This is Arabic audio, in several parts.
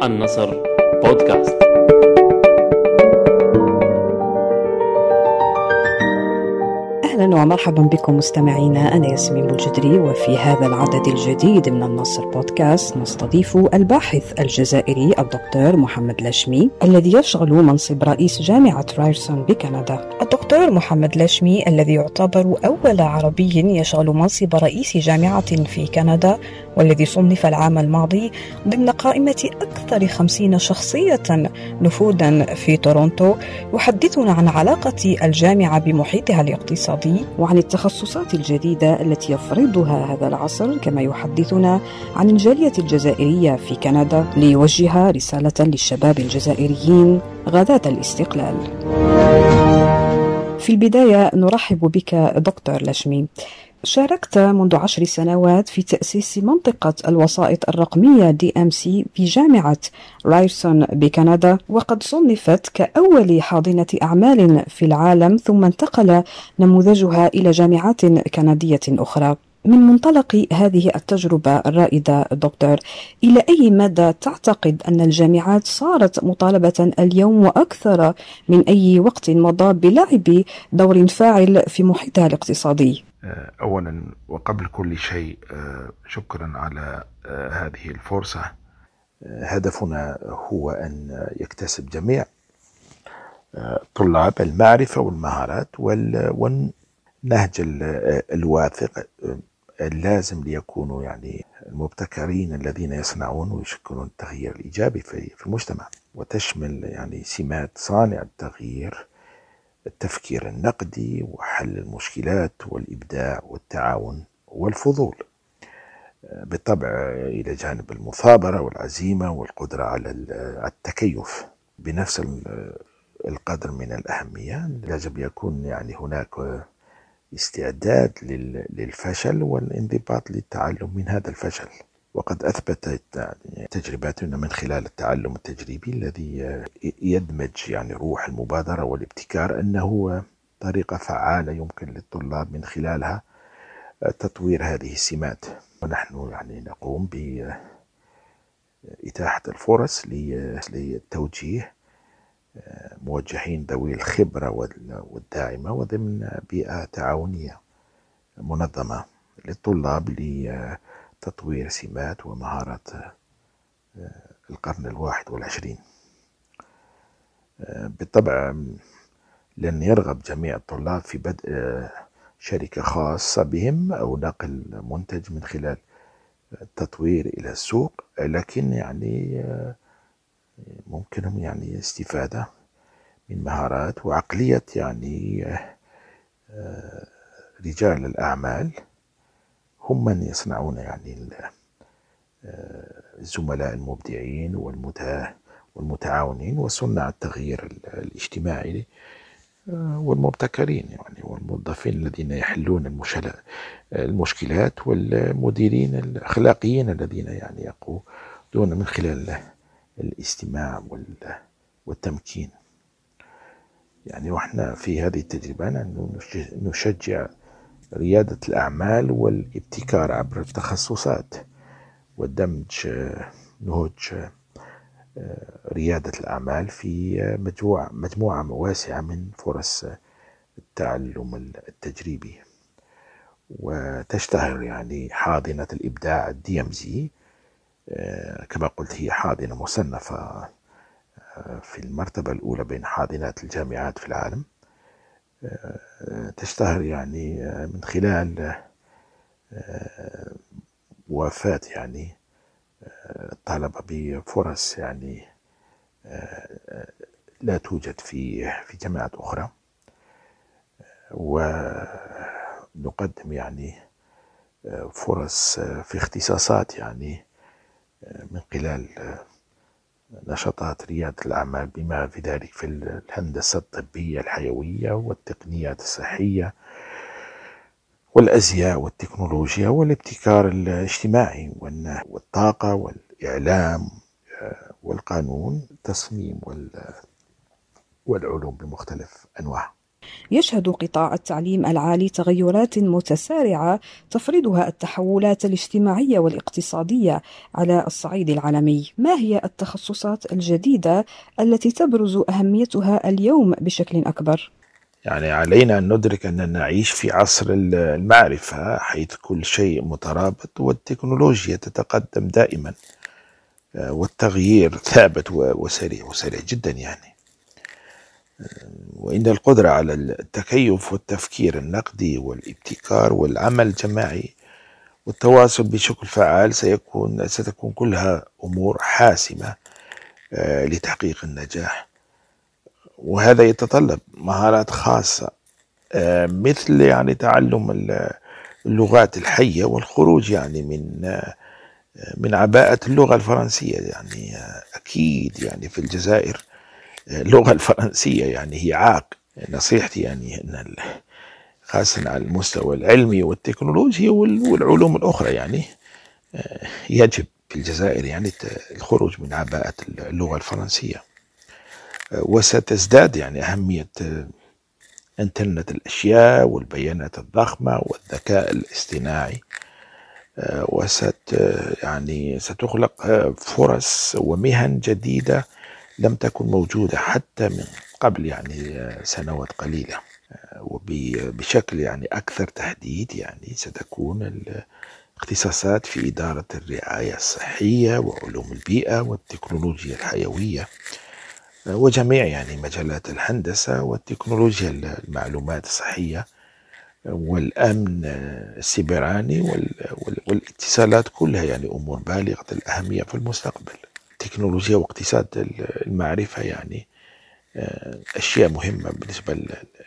النصر بودكاست. أهلا ومرحبا بكم مستمعينا، أنا ياسمين بوجدري، وفي هذا العدد الجديد من النصر بودكاست نستضيف الباحث الجزائري الدكتور محمد لاشمي الذي يشغل منصب رئيس جامعة رايرسون بكندا. الدكتور محمد لاشمي الذي يعتبر أول عربي يشغل منصب رئيس جامعة في كندا، والذي صنف العام الماضي ضمن قائمة أكثر 50 شخصية نفوذا في تورونتو، يحدثنا عن علاقة الجامعة بمحيطها الاقتصادي وعن التخصصات الجديدة التي يفرضها هذا العصر، كما يحدثنا عن الجالية الجزائرية في كندا ليوجه رسالة للشباب الجزائريين غداة الاستقلال. في البداية نرحب بك دكتور لاشمي. شاركت منذ 10 سنوات في تأسيس منطقة الوسائط الرقمية DMC في جامعة رايرسون بكندا، وقد صنفت كأول حاضنة أعمال في العالم، ثم انتقل نموذجها إلى جامعات كندية أخرى. من منطلق هذه التجربة الرائدة دكتور، إلى أي مدى تعتقد أن الجامعات صارت مطالبة اليوم وأكثر من أي وقت مضى بلعب دور فاعل في محيطها الاقتصادي؟ أولا وقبل كل شيء شكرا على هذه الفرصة. هدفنا هو أن يكتسب جميع طلاب المعرفة والمهارات والنهج الواثق اللازم ليكونوا يعني المبتكرين الذين يصنعون ويشكلون التغيير الإيجابي في المجتمع، وتشمل يعني سمات صانع التغيير: التفكير النقدي وحل المشكلات والإبداع والتعاون والفضول، بالطبع إلى جانب المثابرة والعزيمة والقدرة على التكيف. بنفس القدر من الأهمية يجب يكون يعني هناك استعداد للفشل والانضباط للتعلم من هذا الفشل، وقد أثبتت يعني تجرباتنا من خلال التعلم التجريبي الذي يدمج يعني روح المبادرة والابتكار أنه طريقة فعالة يمكن للطلاب من خلالها تطوير هذه السمات. ونحن يعني نقوم بإتاحة الفرص للتوجيه موجهين ذوي الخبرة والداعمة وضمن بيئة تعاونية منظمة للطلاب لتطوير سمات ومهارات القرن 21. بالطبع لن يرغب جميع الطلاب في بدء شركة خاصة بهم أو نقل منتج من خلال التطوير إلى السوق، لكن يعني ممكنهم يعني استفادة من مهارات وعقلية يعني رجال الأعمال، هم من يصنعون يعني الزملاء المبدعين والمتعاونين وصناع التغيير الاجتماعي والمبتكرين يعني والموظفين الذين يحلون المشكلات، والمديرين الأخلاقيين الذين يعني يقودون من خلال الاستماع والتمكين. يعني وإحنا في هذه التجربة نشجع ريادة الأعمال والابتكار عبر التخصصات والدمج نهج ريادة الأعمال في مجموعة واسعة من فرص التعلم التجريبي. وتشتهر يعني حاضنة الإبداع DMZ، كما قلت هي حاضنة مصنفة في المرتبة الأولى بين حاضنات الجامعات في العالم. تشتهر يعني من خلال وفاة يعني الطلبة بفرص يعني لا توجد في جامعات أخرى، ونقدم يعني فرص في اختصاصات يعني من خلال نشاطات ريادة الأعمال بما في ذلك في الهندسة الطبية الحيوية والتقنيات الصحية والأزياء والتكنولوجيا والابتكار الاجتماعي والطاقة والإعلام والقانون، التصميم والعلوم بمختلف أنواعها. يشهد قطاع التعليم العالي تغيرات متسارعة تفرضها التحولات الاجتماعية والاقتصادية على الصعيد العالمي. ما هي التخصصات الجديدة التي تبرز أهميتها اليوم بشكل أكبر؟ يعني علينا أن ندرك أننا نعيش في عصر المعرفة، حيث كل شيء مترابط والتكنولوجيا تتقدم دائما، والتغيير ثابت وسريع جدا يعني. وإن القدرة على التكيف والتفكير النقدي والابتكار والعمل الجماعي والتواصل بشكل فعال ستكون كلها أمور حاسمة لتحقيق النجاح. وهذا يتطلب مهارات خاصة، مثل يعني تعلم اللغات الحية والخروج يعني من عباءة اللغة الفرنسية. يعني أكيد يعني في الجزائر اللغة الفرنسية يعني هي عائق. نصيحتي يعني أن خاصة على المستوى العلمي والتكنولوجي والعلوم الأخرى يعني يجب في الجزائر يعني الخروج من عباءة اللغة الفرنسية. وستزداد يعني أهمية إنترنت الأشياء والبيانات الضخمة والذكاء الاصطناعي، يعني ستخلق فرص ومهن جديدة لم تكن موجودة حتى من قبل يعني سنوات قليلة. وبشكل يعني أكثر تحديد يعني ستكون الاختصاصات في إدارة الرعاية الصحية وعلوم البيئة والتكنولوجيا الحيوية وجميع يعني مجالات الهندسة والتكنولوجيا المعلومات الصحية والأمن السيبراني والاتصالات، كلها يعني أمور بالغة الأهمية في المستقبل. التكنولوجيا واقتصاد المعرفة يعني أشياء مهمة بالنسبة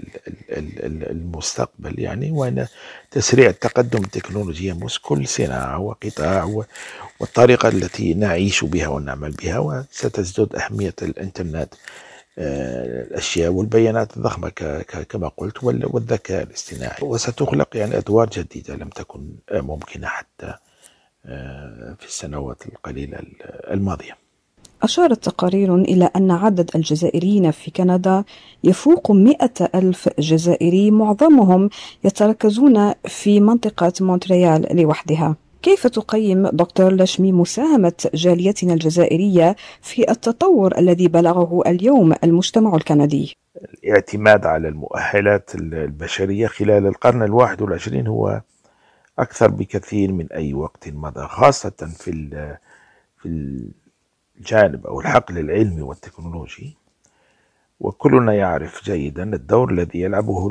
للمستقبل يعني. وأن تسريع التقدم التكنولوجي يمس كل صناعة وقطاع والطريقة التي نعيش بها ونعمل بها. وستزداد أهمية الإنترنت الأشياء والبيانات الضخمة كما قلت والذكاء الاصطناعي، وستخلق يعني أدوار جديدة لم تكن ممكنة حتى في السنوات القليلة الماضية. أشارت تقارير إلى أن عدد الجزائريين في كندا يفوق 100,000 جزائري، معظمهم يتركزون في منطقة مونتريال لوحدها. كيف تقيم دكتور لشمي مساهمة جاليتنا الجزائرية في التطور الذي بلغه اليوم المجتمع الكندي؟ الاعتماد على المؤهلات البشرية خلال القرن 21 هو أكثر بكثير من أي وقت مضى، خاصة في الجانب أو الحقل العلمي والتكنولوجي. وكلنا يعرف جيدا الدور الذي يلعبه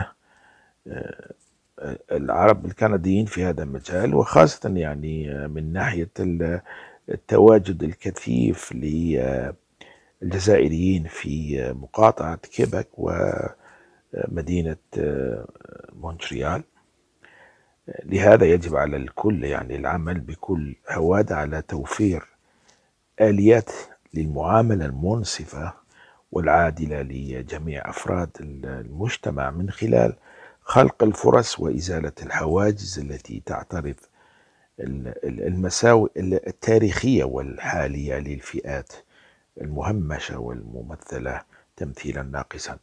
العرب الكنديين في هذا المجال، وخاصة يعني من ناحية التواجد الكثيف للجزائريين في مقاطعة كيبك ومدينة مونتريال. لهذا يجب على الكل يعني العمل بكل هوادة على توفير آليات للمعاملة المنصفة والعادلة لجميع أفراد المجتمع من خلال خلق الفرص وإزالة الحواجز التي تعترض المساوئ التاريخية والحالية للفئات المهمشة والممثلة تمثيلا ناقصا.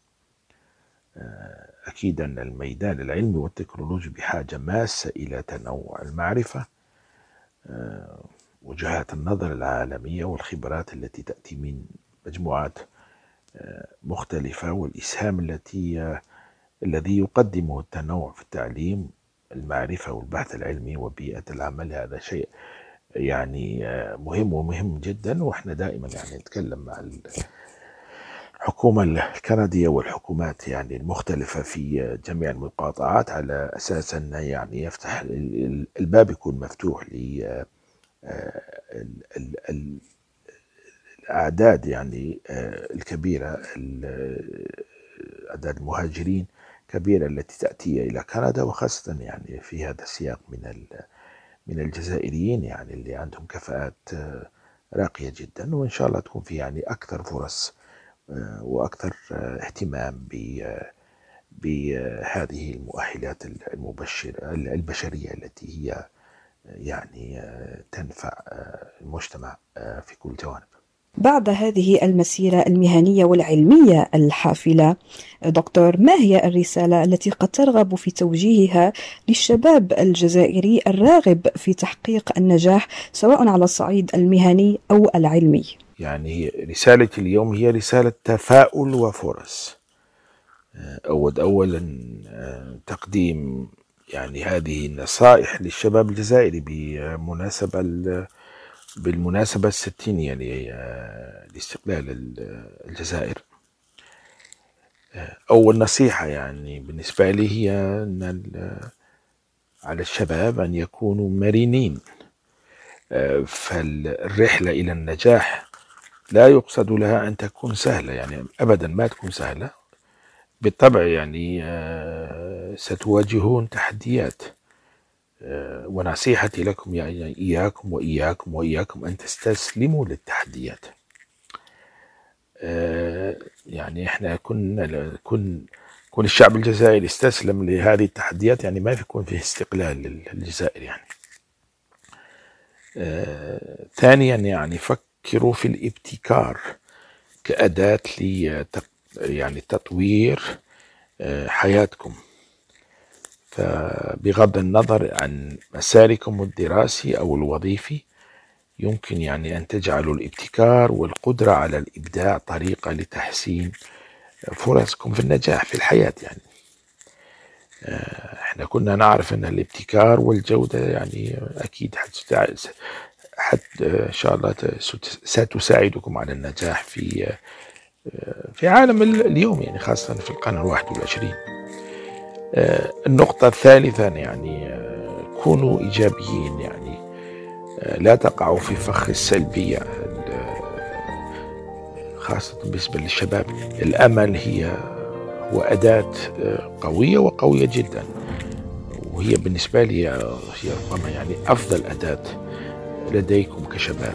أكيد أن الميدان العلمي والتكنولوجي بحاجة ماسة إلى تنوع المعرفة، وجهات النظر العالمية والخبرات التي تأتي من مجموعات مختلفة، والإسهام الذي يقدمه التنوع في التعليم، المعرفة والبحث العلمي وبيئة العمل. هذا شيء يعني مهم جدا. وإحنا دائما يعني نتكلم مع الحكومة الكندية والحكومات يعني المختلفة في جميع المقاطعات على أساس أن يعني يفتح الباب، يكون مفتوح ل الأعداد يعني الكبيرة، أعداد المهاجرين كبيرة التي تأتي إلى كندا، وخاصة يعني في هذا السياق من الجزائريين يعني اللي عندهم كفاءات راقية جدا. وإن شاء الله تكون في يعني أكثر فرص وأكثر اهتمام بهذه المؤهلات البشرية التي هي يعني تنفع المجتمع في كل جوانب. بعد هذه المسيرة المهنية والعلمية الحافلة دكتور، ما هي الرسالة التي قد ترغب في توجيهها للشباب الجزائري الراغب في تحقيق النجاح سواء على الصعيد المهني أو العلمي؟ يعني رسالة اليوم هي رسالة تفاؤل وفرص. أولا تقديم يعني هذه النصائح للشباب الجزائري بالمناسبة 60 يعني لاستقلال الجزائر. أول نصيحة يعني بالنسبة لي هي أن على الشباب أن يكونوا مرنين. فالرحلة إلى النجاح لا يقصد لها أن تكون سهلة، يعني أبدا ما تكون سهلة بالطبع. يعني ستواجهون تحديات، ونصيحتي لكم يعني إياكم أن تستسلموا للتحديات. يعني احنا كن الشعب الجزائري استسلم لهذه التحديات، يعني ما يكون فيه استقلال للجزائر. يعني ثانيا يعني فكروا في الابتكار كأداة يعني تطوير حياتكم. فبغض النظر عن مساركم الدراسي أو الوظيفي، يمكن يعني أن تجعلوا الابتكار والقدرة على الإبداع طريقة لتحسين فرصكم في النجاح في الحياة. يعني احنا كنا نعرف أن الابتكار والجودة يعني أكيد إن شاء الله ستساعدكم على النجاح في عالم اليوم، يعني خاصة في القرن 21. النقطة الثالثة يعني كونوا إيجابيين، يعني لا تقعوا في فخ السلبية خاصة بالنسبة للشباب. الأمل هو أداة قوية وقوية جدا، وهي بالنسبة لي هي ربما يعني أفضل أداة لديكم كشباب.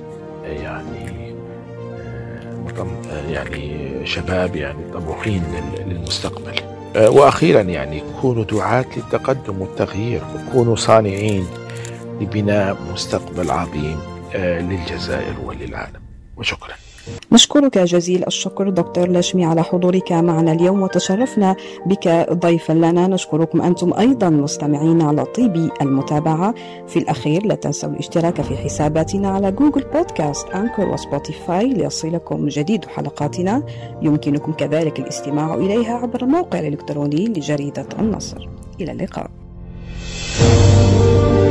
يعني شباب يعني طموحين للمستقبل. وأخيرا يعني كونوا دعاة للتقدم والتغيير، وكونوا صانعين لبناء مستقبل عظيم للجزائر وللعالم. وشكرا. نشكرك جزيل الشكر دكتور لاشمي على حضورك معنا اليوم، وتشرفنا بك ضيفا لنا. نشكركم أنتم أيضا مستمعين على طيب المتابعة. في الأخير لا تنسوا الاشتراك في حساباتنا على جوجل بودكاست، أنكر وسبوتيفاي ليصلكم جديد حلقاتنا. يمكنكم كذلك الاستماع إليها عبر الموقع الإلكتروني لجريدة النصر. إلى اللقاء.